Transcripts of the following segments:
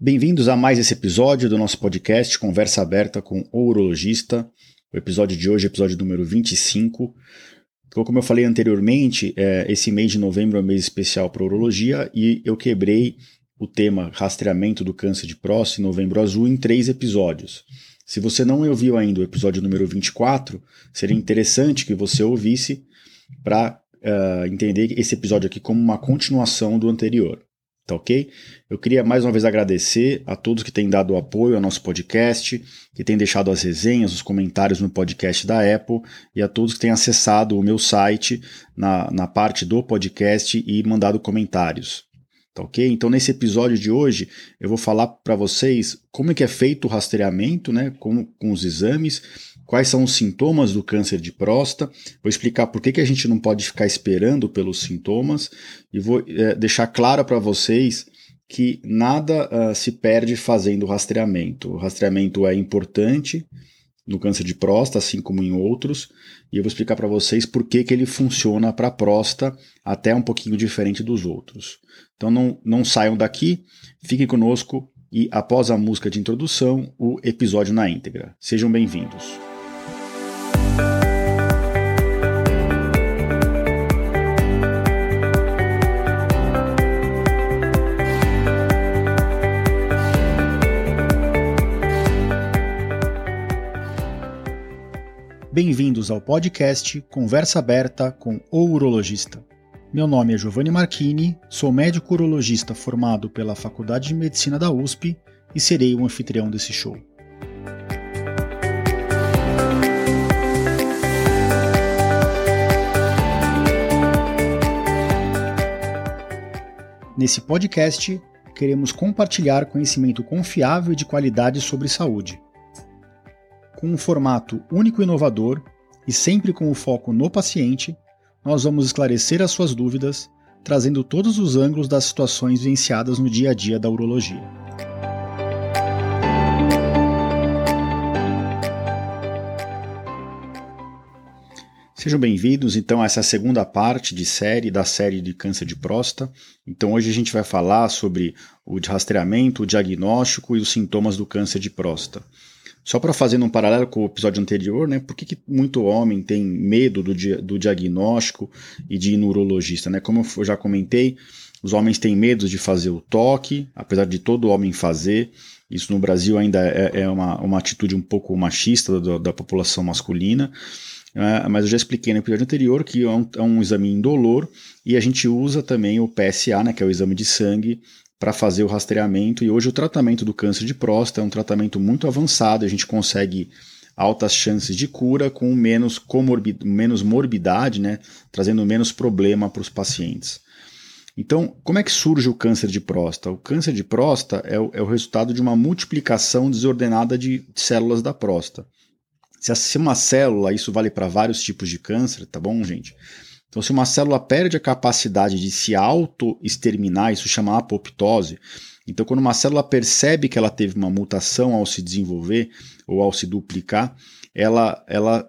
Bem-vindos a mais esse episódio do nosso podcast Conversa Aberta com o Urologista. O episódio de hoje é o episódio número 25. Então, como eu falei anteriormente, esse mês de novembro é um mês especial para urologia e eu quebrei o tema rastreamento do câncer de próstata em Novembro Azul em 3 episódios. Se você não ouviu ainda o episódio número 24, seria interessante que você ouvisse para entender esse episódio aqui como uma continuação do anterior. Tá ok? Eu queria mais uma vez agradecer a todos que têm dado apoio ao nosso podcast, que têm deixado as resenhas, os comentários no podcast da Apple e a todos que têm acessado o meu site na parte do podcast e mandado comentários. Tá ok? Então nesse episódio de hoje eu vou falar para vocês como é que é feito o rastreamento, né, com os exames, quais são os sintomas do câncer de próstata, vou explicar por que a gente não pode ficar esperando pelos sintomas e vou deixar claro para vocês que nada se perde fazendo o rastreamento. O rastreamento é importante no câncer de próstata, assim como em outros, e eu vou explicar para vocês por que ele funciona para a próstata até um pouquinho diferente dos outros. Então não saiam daqui, fiquem conosco e após a música de introdução, o episódio na íntegra. Sejam bem-vindos. Bem-vindos ao podcast Conversa Aberta com o Urologista. Meu nome é Giovanni Marchini, sou médico urologista formado pela Faculdade de Medicina da USP e serei o anfitrião desse show. Nesse podcast, queremos compartilhar conhecimento confiável e de qualidade sobre saúde. Com um formato único e inovador, e sempre com o foco no paciente, nós vamos esclarecer as suas dúvidas, trazendo todos os ângulos das situações vivenciadas no dia a dia da urologia. Sejam bem-vindos, então, a essa segunda parte da série de câncer de próstata. Então, hoje a gente vai falar sobre o rastreamento, o diagnóstico e os sintomas do câncer de próstata. Só para fazer um paralelo com o episódio anterior, né, por que muito homem tem medo do diagnóstico e de ir no urologista? Né? Como eu já comentei, os homens têm medo de fazer o toque, apesar de todo homem fazer. Isso no Brasil ainda é uma atitude um pouco machista da população masculina. Mas eu já expliquei no episódio anterior que é um exame indolor e a gente usa também o PSA, né, que é o exame de sangue, para fazer o rastreamento, e hoje o tratamento do câncer de próstata é um tratamento muito avançado, a gente consegue altas chances de cura com menos morbidade, né, trazendo menos problema para os pacientes. Então, como é que surge o câncer de próstata? O câncer de próstata é o resultado de uma multiplicação desordenada de células da próstata. Se uma célula, isso vale para vários tipos de câncer, tá bom, gente? Então, se uma célula perde a capacidade de se auto-exterminar, isso chama apoptose. Então, quando uma célula percebe que ela teve uma mutação ao se desenvolver ou ao se duplicar, ela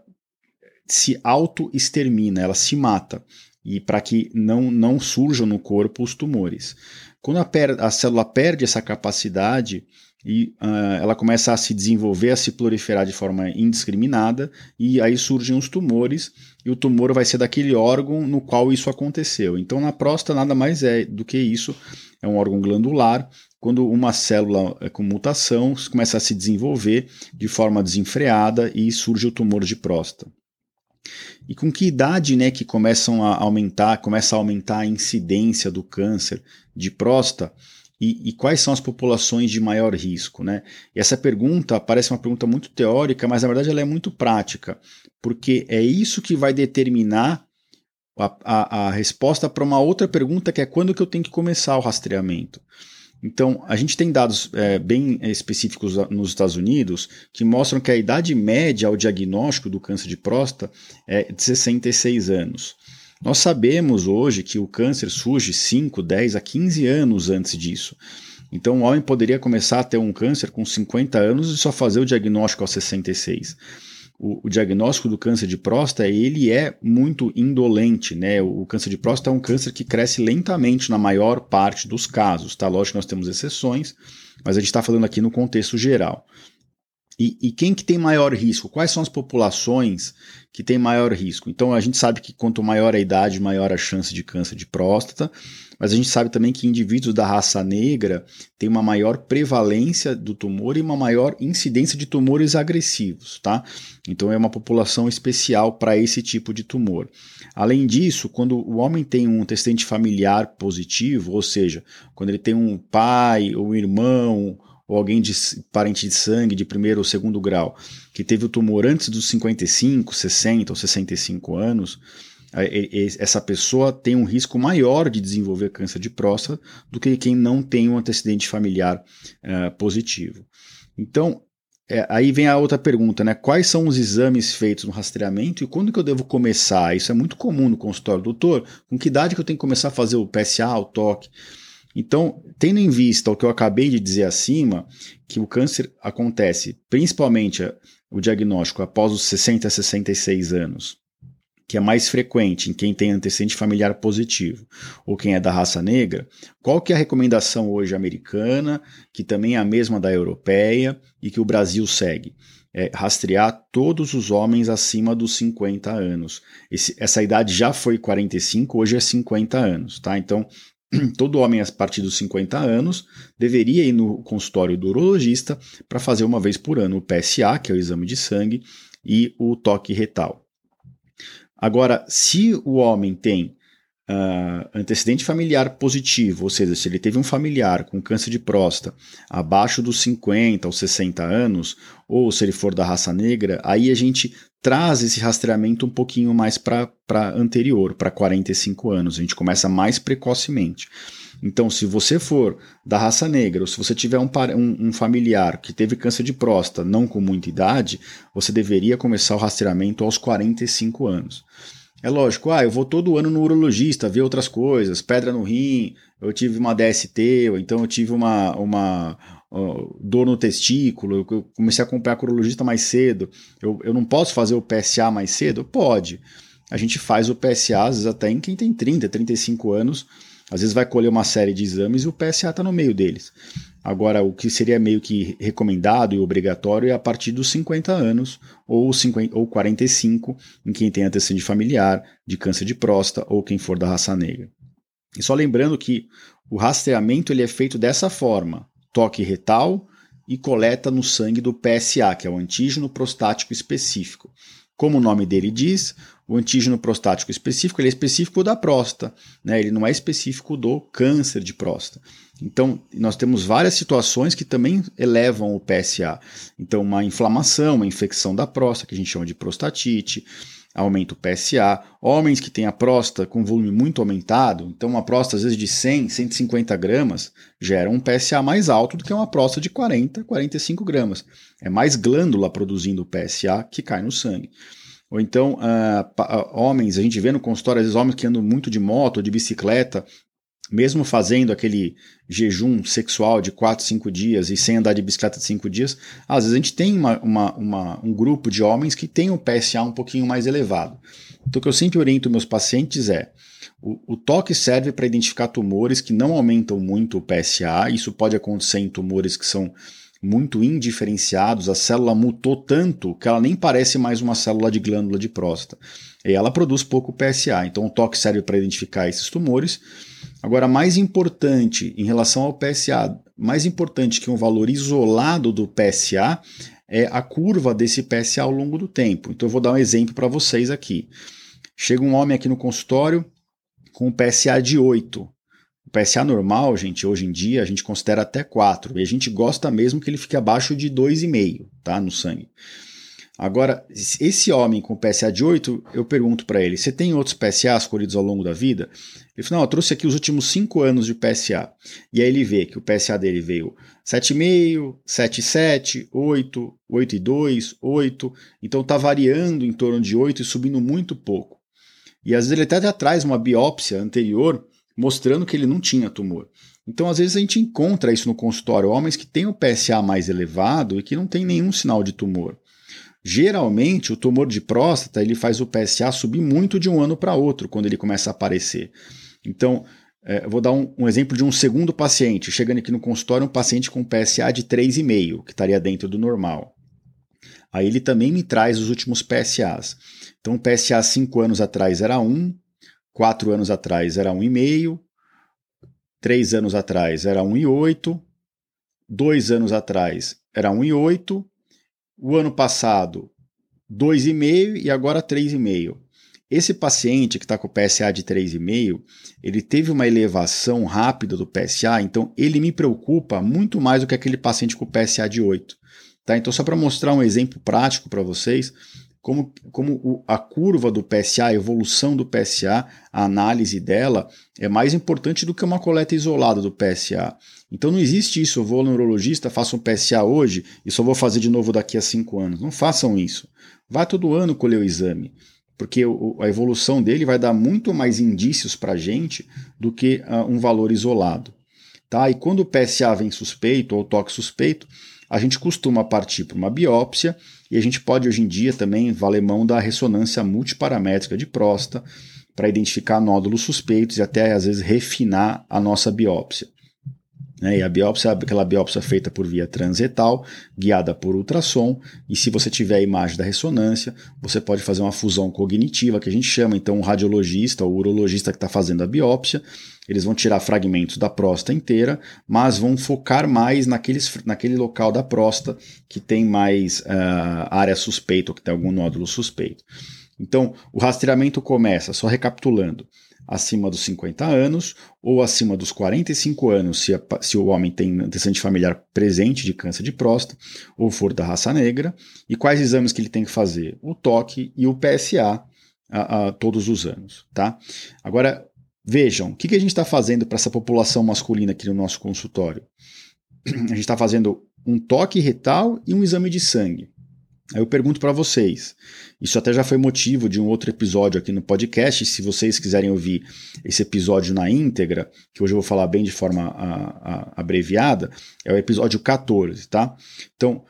se auto-extermina, ela se mata, e para que não surjam no corpo os tumores. Quando a célula perde essa capacidade, ela começa a se desenvolver, a se proliferar de forma indiscriminada, e aí surgem os tumores, e o tumor vai ser daquele órgão no qual isso aconteceu. Então, na próstata nada mais é do que isso, é um órgão glandular. Quando uma célula com mutação começa a se desenvolver de forma desenfreada e surge o tumor de próstata. E com que idade, né, que começa a aumentar a incidência do câncer de próstata? E quais são as populações de maior risco, né? E essa pergunta parece uma pergunta muito teórica, mas na verdade ela é muito prática, porque é isso que vai determinar a resposta para uma outra pergunta, que é quando que eu tenho que começar o rastreamento. Então, a gente tem dados bem específicos nos Estados Unidos que mostram que a idade média ao diagnóstico do câncer de próstata é de 66 anos. Nós sabemos hoje que o câncer surge 5, 10 a 15 anos antes disso. Então, o homem poderia começar a ter um câncer com 50 anos e só fazer o diagnóstico aos 66. o diagnóstico do câncer de próstata, ele é muito indolente, né? O câncer de próstata é um câncer que cresce lentamente na maior parte dos casos, tá? Lógico que nós temos exceções, mas a gente está falando aqui no contexto geral. E quem que tem maior risco? Quais são as populações que têm maior risco? Então a gente sabe que quanto maior a idade, maior a chance de câncer de próstata, mas a gente sabe também que indivíduos da raça negra têm uma maior prevalência do tumor e uma maior incidência de tumores agressivos, tá? Então é uma população especial para esse tipo de tumor. Além disso, quando o homem tem um antecedente familiar positivo, ou seja, quando ele tem um pai ou um irmão ou alguém parente de sangue de primeiro ou segundo grau, que teve o tumor antes dos 55, 60 ou 65 anos, essa pessoa tem um risco maior de desenvolver câncer de próstata do que quem não tem um antecedente familiar positivo. Então, aí vem a outra pergunta, né? Quais são os exames feitos no rastreamento e quando que eu devo começar? Isso é muito comum no consultório. Doutor, com que idade que eu tenho que começar a fazer o PSA, o toque? Então, tendo em vista o que eu acabei de dizer acima, que o câncer acontece principalmente o diagnóstico após os 60 a 66 anos, que é mais frequente em quem tem antecedente familiar positivo ou quem é da raça negra, qual que é a recomendação hoje americana, que também é a mesma da europeia e que o Brasil segue? É rastrear todos os homens acima dos 50 anos. Essa idade já foi 45, hoje é 50 anos, tá? Então, todo homem a partir dos 50 anos deveria ir no consultório do urologista para fazer uma vez por ano o PSA, que é o exame de sangue, e o toque retal. Agora, se o homem tem antecedente familiar positivo, ou seja, se ele teve um familiar com câncer de próstata abaixo dos 50 ou 60 anos, ou se ele for da raça negra, aí a gente traz esse rastreamento um pouquinho mais para anterior, para 45 anos. A gente começa mais precocemente. Então, se você for da raça negra, ou se você tiver um familiar que teve câncer de próstata não com muita idade, você deveria começar o rastreamento aos 45 anos. É lógico, eu vou todo ano no urologista ver outras coisas, pedra no rim, eu tive uma DST, ou então eu tive uma dor no testículo, eu comecei a acompanhar com o urologista mais cedo, eu não posso fazer o PSA mais cedo? Pode. A gente faz o PSA, às vezes até em quem tem 30, 35 anos, às vezes vai colher uma série de exames e o PSA está no meio deles. Agora, o que seria meio que recomendado e obrigatório é a partir dos 50 anos ou 45, em quem tem antecedente familiar de câncer de próstata ou quem for da raça negra. E só lembrando que o rastreamento ele é feito dessa forma, toque retal e coleta no sangue do PSA, que é o antígeno prostático específico. Como o nome dele diz, o antígeno prostático específico ele é específico da próstata, né? Ele não é específico do câncer de próstata. Então, nós temos várias situações que também elevam o PSA. Então, uma inflamação, uma infecção da próstata, que a gente chama de prostatite, aumenta o PSA. Homens que têm a próstata com volume muito aumentado, então uma próstata às vezes de 100, 150 gramas, gera um PSA mais alto do que uma próstata de 40, 45 gramas. É mais glândula produzindo o PSA que cai no sangue. Ou então, homens, a gente vê no consultório, às vezes homens que andam muito de moto ou de bicicleta, mesmo fazendo aquele jejum sexual de 4, 5 dias e sem andar de bicicleta de 5 dias, às vezes a gente tem um grupo de homens que tem o PSA um pouquinho mais elevado. Então o que eu sempre oriento meus pacientes é, o toque serve para identificar tumores que não aumentam muito o PSA, isso pode acontecer em tumores que são muito indiferenciados, a célula mutou tanto que ela nem parece mais uma célula de glândula de próstata. E ela produz pouco PSA, então o toque serve para identificar esses tumores. Agora, mais importante em relação ao PSA, mais importante que um valor isolado do PSA é a curva desse PSA ao longo do tempo. Então eu vou dar um exemplo para vocês aqui. Chega um homem aqui no consultório com um PSA de 8. O PSA normal, gente, hoje em dia, a gente considera até 4. E a gente gosta mesmo que ele fique abaixo de 2,5, tá, no sangue. Agora, esse homem com PSA de 8, eu pergunto para ele, você tem outros PSAs colhidos ao longo da vida? Ele falou, não, eu trouxe aqui os últimos 5 anos de PSA. E aí ele vê que o PSA dele veio 7,5, 7,7, 8, 8,2, 8. Então está variando em torno de 8 e subindo muito pouco. E às vezes ele até traz uma biópsia anterior mostrando que ele não tinha tumor. Então, às vezes, a gente encontra isso no consultório, homens que têm o PSA mais elevado e que não tem nenhum sinal de tumor. Geralmente, o tumor de próstata ele faz o PSA subir muito de um ano para outro, quando ele começa a aparecer. Então, eu vou dar um exemplo de um segundo paciente. Chegando aqui no consultório, um paciente com PSA de 3,5, que estaria dentro do normal. Aí ele também me traz os últimos PSAs. Então, o PSA 5 anos atrás era 1, 4 anos atrás era 1,5, 3 anos atrás era 1,8, 2 anos atrás era 1,8, o ano passado 2,5 e agora 3,5. Esse paciente que está com o PSA de 3,5, ele teve uma elevação rápida do PSA, então ele me preocupa muito mais do que aquele paciente com o PSA de 8. Tá? Então, só para mostrar um exemplo prático para vocês, como a curva do PSA, a evolução do PSA, a análise dela é mais importante do que uma coleta isolada do PSA. Então não existe isso, eu vou ao neurologista, faço um PSA hoje e só vou fazer de novo daqui a 5 anos. Não façam isso. Vai todo ano colher o exame, porque a evolução dele vai dar muito mais indícios para a gente do que um valor isolado. Tá? E quando o PSA vem suspeito ou toque suspeito, a gente costuma partir para uma biópsia e a gente pode hoje em dia também valer mão da ressonância multiparamétrica de próstata para identificar nódulos suspeitos e até às vezes refinar a nossa biópsia. E a biópsia é aquela biópsia feita por via transretal, guiada por ultrassom, e se você tiver a imagem da ressonância, você pode fazer uma fusão cognitiva, que a gente chama, então, o radiologista ou o urologista que está fazendo a biópsia, eles vão tirar fragmentos da próstata inteira, mas vão focar mais naquele local da próstata que tem mais área suspeita, ou que tem algum nódulo suspeito. Então, o rastreamento começa, só recapitulando, acima dos 50 anos ou acima dos 45 anos, se o homem tem antecedente familiar presente de câncer de próstata ou for da raça negra. E quais exames que ele tem que fazer? O toque e o PSA todos os anos. Tá? Agora, vejam, o que a gente está fazendo para essa população masculina aqui no nosso consultório? A gente está fazendo um toque retal e um exame de sangue. Aí eu pergunto para vocês, isso até já foi motivo de um outro episódio aqui no podcast, se vocês quiserem ouvir esse episódio na íntegra, que hoje eu vou falar bem de forma abreviada, é o episódio 14, tá? Então,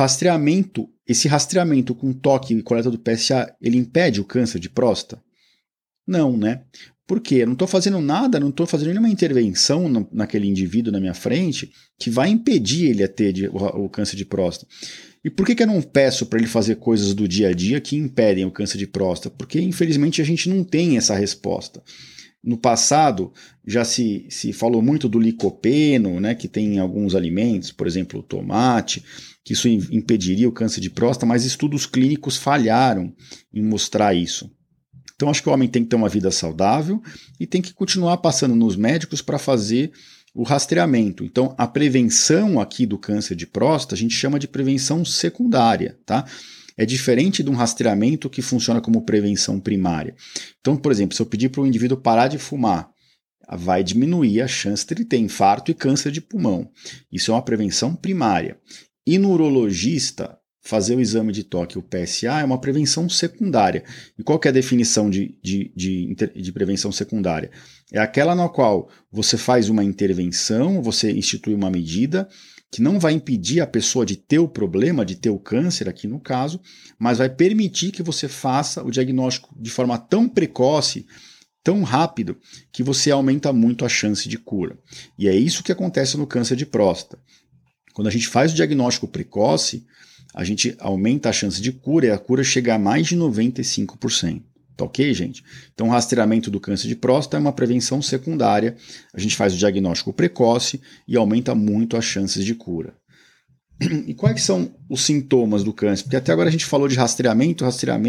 esse rastreamento com toque e coleta do PSA, ele impede o câncer de próstata? Não, né? Por quê? Eu não estou fazendo nada, não estou fazendo nenhuma intervenção naquele indivíduo na minha frente que vai impedir ele a ter o câncer de próstata. E por que eu não peço para ele fazer coisas do dia a dia que impedem o câncer de próstata? Porque, infelizmente, a gente não tem essa resposta. No passado, já se falou muito do licopeno, né, que tem em alguns alimentos, por exemplo, o tomate, que isso impediria o câncer de próstata, mas estudos clínicos falharam em mostrar isso. Então, acho que o homem tem que ter uma vida saudável e tem que continuar passando nos médicos para fazer o rastreamento. Então, a prevenção aqui do câncer de próstata, a gente chama de prevenção secundária, tá? É diferente de um rastreamento que funciona como prevenção primária. Então, por exemplo, se eu pedir para o indivíduo parar de fumar, vai diminuir a chance de ele ter infarto e câncer de pulmão. Isso é uma prevenção primária. E no urologista, fazer o exame de toque, o PSA, é uma prevenção secundária. E qual que é a definição de prevenção secundária? É aquela na qual você faz uma intervenção, você institui uma medida que não vai impedir a pessoa de ter o problema, de ter o câncer aqui no caso, mas vai permitir que você faça o diagnóstico de forma tão precoce, tão rápido, que você aumenta muito a chance de cura. E é isso que acontece no câncer de próstata. Quando a gente faz o diagnóstico precoce, a gente aumenta a chance de cura e a cura chega a mais de 95%. Tá ok, gente? Então, o rastreamento do câncer de próstata é uma prevenção secundária. A gente faz o diagnóstico precoce e aumenta muito as chances de cura. E quais são os sintomas do câncer? Porque até agora a gente falou de rastreamento.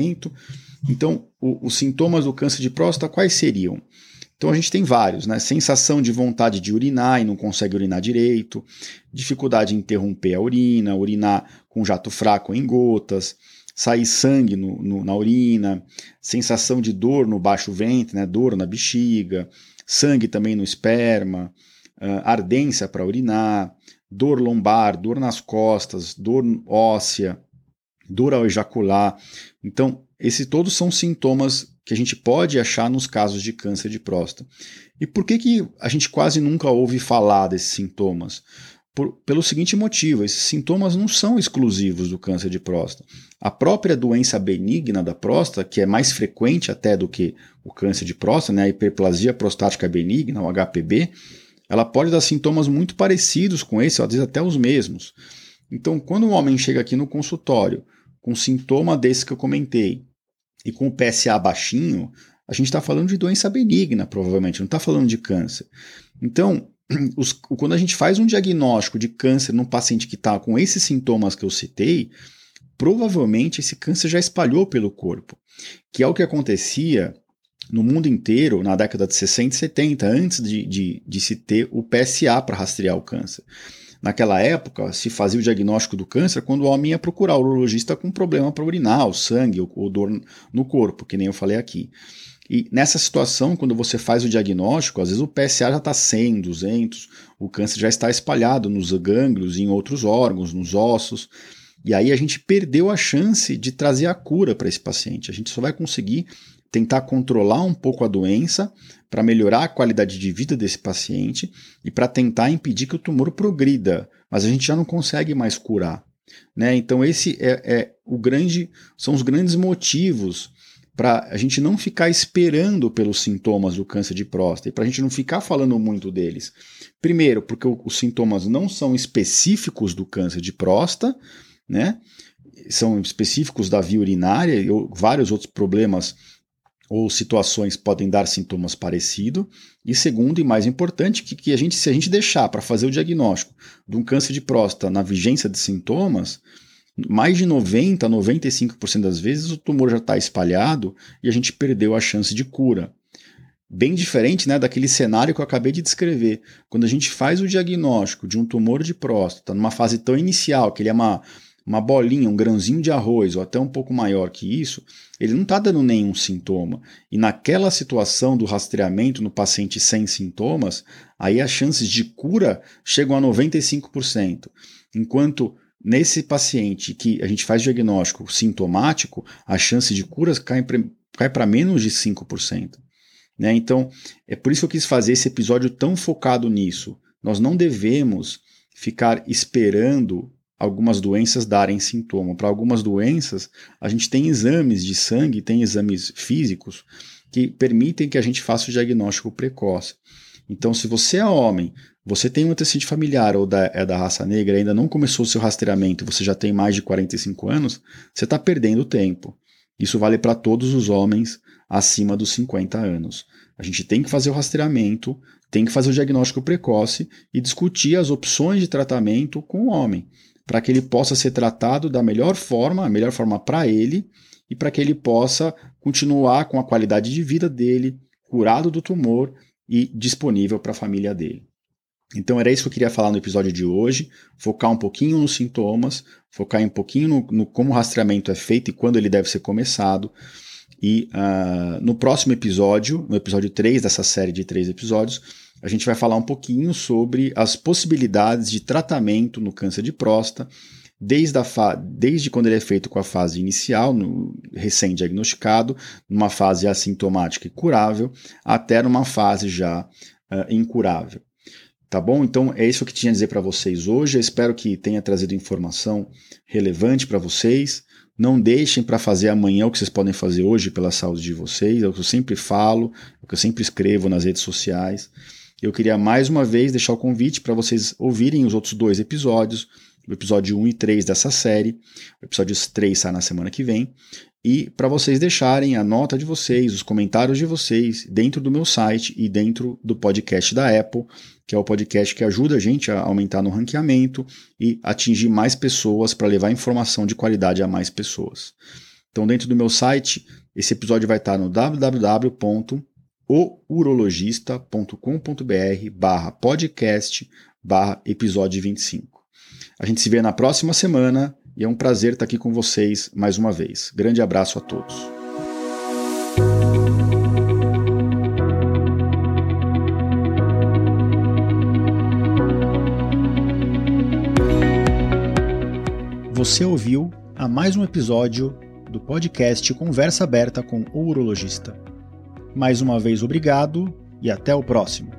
Então, os sintomas do câncer de próstata quais seriam? Então a gente tem vários, né? Sensação de vontade de urinar e não consegue urinar direito, dificuldade em interromper a urina, urinar com jato fraco em gotas, sair sangue na urina, sensação de dor no baixo ventre, né? Dor na bexiga, sangue também no esperma, ardência para urinar, dor lombar, dor nas costas, dor óssea, dor ao ejacular. Então, esses todos são sintomas que a gente pode achar nos casos de câncer de próstata. E por que a gente quase nunca ouve falar desses sintomas? pelo seguinte motivo: esses sintomas não são exclusivos do câncer de próstata. A própria doença benigna da próstata, que é mais frequente até do que o câncer de próstata, né, a hiperplasia prostática benigna, o HPB, ela pode dar sintomas muito parecidos com esse, às vezes até os mesmos. Então, quando um homem chega aqui no consultório com sintoma desse que eu comentei e com o PSA baixinho, a gente está falando de doença benigna, provavelmente, não está falando de câncer. Então, quando a gente faz um diagnóstico de câncer num paciente que está com esses sintomas que eu citei, provavelmente esse câncer já espalhou pelo corpo, que é o que acontecia no mundo inteiro na década de 60 e 70, antes de se ter o PSA para rastrear o câncer. Naquela época, se fazia o diagnóstico do câncer quando o homem ia procurar o urologista com problema para urinar, o sangue ou dor no corpo, que nem eu falei aqui. E nessa situação, quando você faz o diagnóstico, às vezes o PSA já está 100, 200, o câncer já está espalhado nos gânglios, em outros órgãos, nos ossos. E aí a gente perdeu a chance de trazer a cura para esse paciente. A gente só vai conseguir tentar controlar um pouco a doença para melhorar a qualidade de vida desse paciente e para tentar impedir que o tumor progrida. Mas a gente já não consegue mais curar, né? Então esse são os grandes motivos para a gente não ficar esperando pelos sintomas do câncer de próstata e para a gente não ficar falando muito deles. Primeiro, porque os sintomas não são específicos do câncer de próstata, né? São específicos da via urinária e vários outros problemas ou situações podem dar sintomas parecidos. E segundo e mais importante, que se a gente deixar para fazer o diagnóstico de um câncer de próstata na vigência de sintomas, mais de 90% a 95% das vezes o tumor já está espalhado e a gente perdeu a chance de cura. Bem diferente, né, daquele cenário que eu acabei de descrever. Quando a gente faz o diagnóstico de um tumor de próstata numa fase tão inicial, que ele é uma bolinha, um grãozinho de arroz, ou até um pouco maior que isso, ele não está dando nenhum sintoma. E naquela situação do rastreamento no paciente sem sintomas, aí as chances de cura chegam a 95%. Enquanto nesse paciente que a gente faz diagnóstico sintomático, a chance de cura cai para menos de 5%. Né? Então, é por isso que eu quis fazer esse episódio tão focado nisso. Nós não devemos ficar esperando algumas doenças darem sintoma. Para algumas doenças, a gente tem exames de sangue, tem exames físicos que permitem que a gente faça o diagnóstico precoce. Então, se você é homem, você tem um antecedente familiar ou é da raça negra e ainda não começou o seu rastreamento, você já tem mais de 45 anos, você está perdendo tempo. Isso vale para todos os homens acima dos 50 anos. A gente tem que fazer o rastreamento, tem que fazer o diagnóstico precoce e discutir as opções de tratamento com o homem, para que ele possa ser tratado da melhor forma, a melhor forma para ele, e para que ele possa continuar com a qualidade de vida dele, curado do tumor e disponível para a família dele. Então era isso que eu queria falar no episódio de hoje, focar um pouquinho nos sintomas, focar um pouquinho no como o rastreamento é feito e quando ele deve ser começado. E no próximo episódio, no episódio 3 dessa série de 3 episódios, a gente vai falar um pouquinho sobre as possibilidades de tratamento no câncer de próstata, desde quando ele é feito com a fase inicial, recém-diagnosticado, numa fase assintomática e curável, até numa fase já incurável. Tá bom? Então é isso que eu tinha a dizer para vocês hoje. Eu espero que tenha trazido informação relevante para vocês. Não deixem para fazer amanhã o que vocês podem fazer hoje pela saúde de vocês. É o que eu sempre falo, é o que eu sempre escrevo nas redes sociais. Eu queria mais uma vez deixar o convite para vocês ouvirem os outros 2 episódios, o episódio 1 e 3 dessa série. O episódio 3 sai na semana que vem. E para vocês deixarem a nota de vocês, os comentários de vocês dentro do meu site e dentro do podcast da Apple, que é o podcast que ajuda a gente a aumentar no ranqueamento e atingir mais pessoas para levar informação de qualidade a mais pessoas. Então, dentro do meu site, esse episódio vai estar no www.ourologista.com.br/podcast/episódio 25. A gente se vê na próxima semana e é um prazer estar aqui com vocês mais uma vez. Grande abraço a todos. Você ouviu a mais um episódio do podcast Conversa Aberta com o Urologista. Mais uma vez, obrigado e até o próximo.